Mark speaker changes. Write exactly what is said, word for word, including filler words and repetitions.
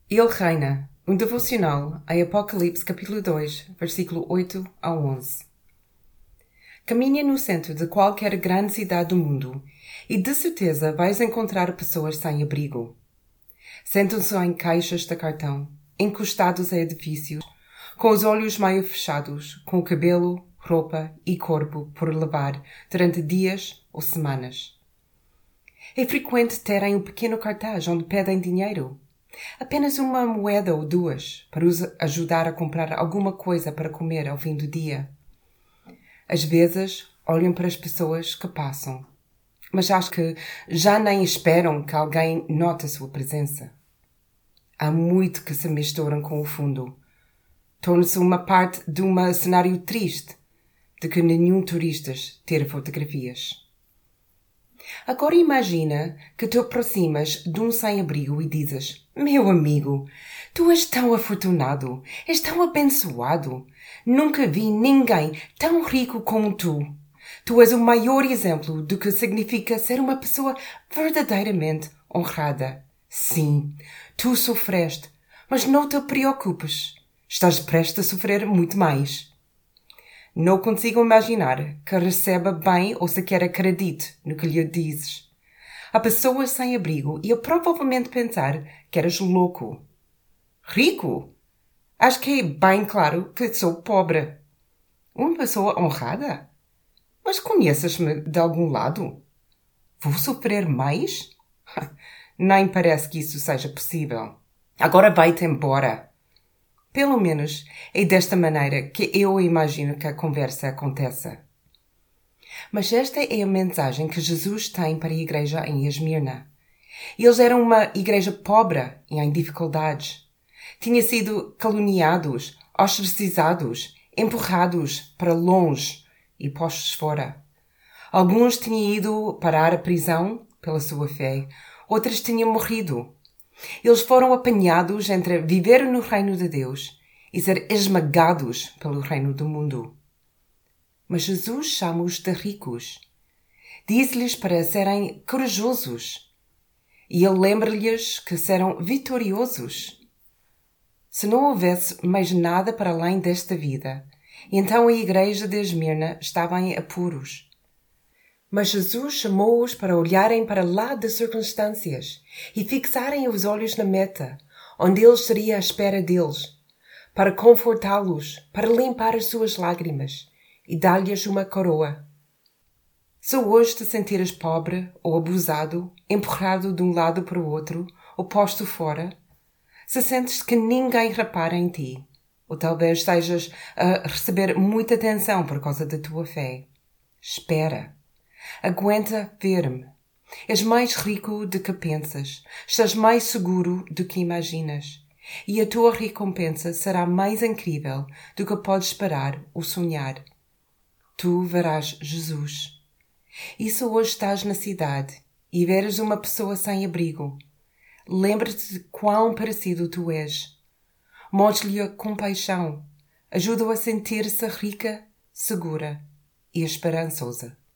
Speaker 1: Ele reina. Um devocional em Apocalipse capítulo dois, versículo oito a onze. Caminha no centro de qualquer grande cidade do mundo e de certeza vais encontrar pessoas sem abrigo. Sentam-se em caixas de cartão, encostados a edifícios, com os olhos meio fechados, com o cabelo, roupa e corpo por levar durante dias ou semanas. É frequente terem um pequeno cartaz onde pedem dinheiro. Apenas uma moeda ou duas para os ajudar a comprar alguma coisa para comer ao fim do dia. Às vezes, olham para as pessoas que passam, mas acho que já nem esperam que alguém note a sua presença. Há muito que se misturam com o fundo. Torna-se uma parte de um cenário triste, de que nenhum turista tira fotografias. Agora imagina que te aproximas de um sem-abrigo e dizes: meu amigo, tu és tão afortunado, és tão abençoado. Nunca vi ninguém tão rico como tu. Tu és o maior exemplo do que significa ser uma pessoa verdadeiramente honrada. Sim, tu sofreste, mas não te preocupes. Estás prestes a sofrer muito mais. Não consigo imaginar que receba bem ou sequer acredite no que lhe dizes. A pessoa sem abrigo ia provavelmente pensar que eras louco. Rico? Acho que é bem claro que sou pobre. Uma pessoa honrada? Mas conheces-me de algum lado? Vou sofrer mais? Nem parece que isso seja possível. Agora vai-te embora. Pelo menos é desta maneira que eu imagino que a conversa aconteça. Mas esta é a mensagem que Jesus tem para a igreja em Esmirna. Eles eram uma igreja pobre e em dificuldades. Tinham sido caluniados, ostracizados, empurrados para longe e postos fora. Alguns tinham ido parar a prisão pela sua fé, outros tinham morrido. Eles foram apanhados entre viver no reino de Deus e ser esmagados pelo reino do mundo. Mas Jesus chama-os de ricos. Diz-lhes para serem corajosos. E ele lembra-lhes que serão vitoriosos. Se não houvesse mais nada para além desta vida, então a igreja de Esmirna estava em apuros. Mas Jesus chamou-os para olharem para lá das circunstâncias e fixarem os olhos na meta, onde ele estaria à espera deles, para confortá-los, para limpar as suas lágrimas e dar-lhes uma coroa. Se hoje te sentires pobre ou abusado, empurrado de um lado para o outro ou posto fora, se sentes que ninguém repara em ti, ou talvez estejas a receber muita atenção por causa da tua fé, espera. Aguenta firme. És mais rico do que pensas. Estás mais seguro do que imaginas. E a tua recompensa será mais incrível do que podes esperar ou sonhar. Tu verás Jesus. E se hoje estás na cidade e veres uma pessoa sem abrigo, lembra-te de quão parecido tu és. Mostre-lhe compaixão. Ajuda-o a sentir-se rica, segura e esperançosa.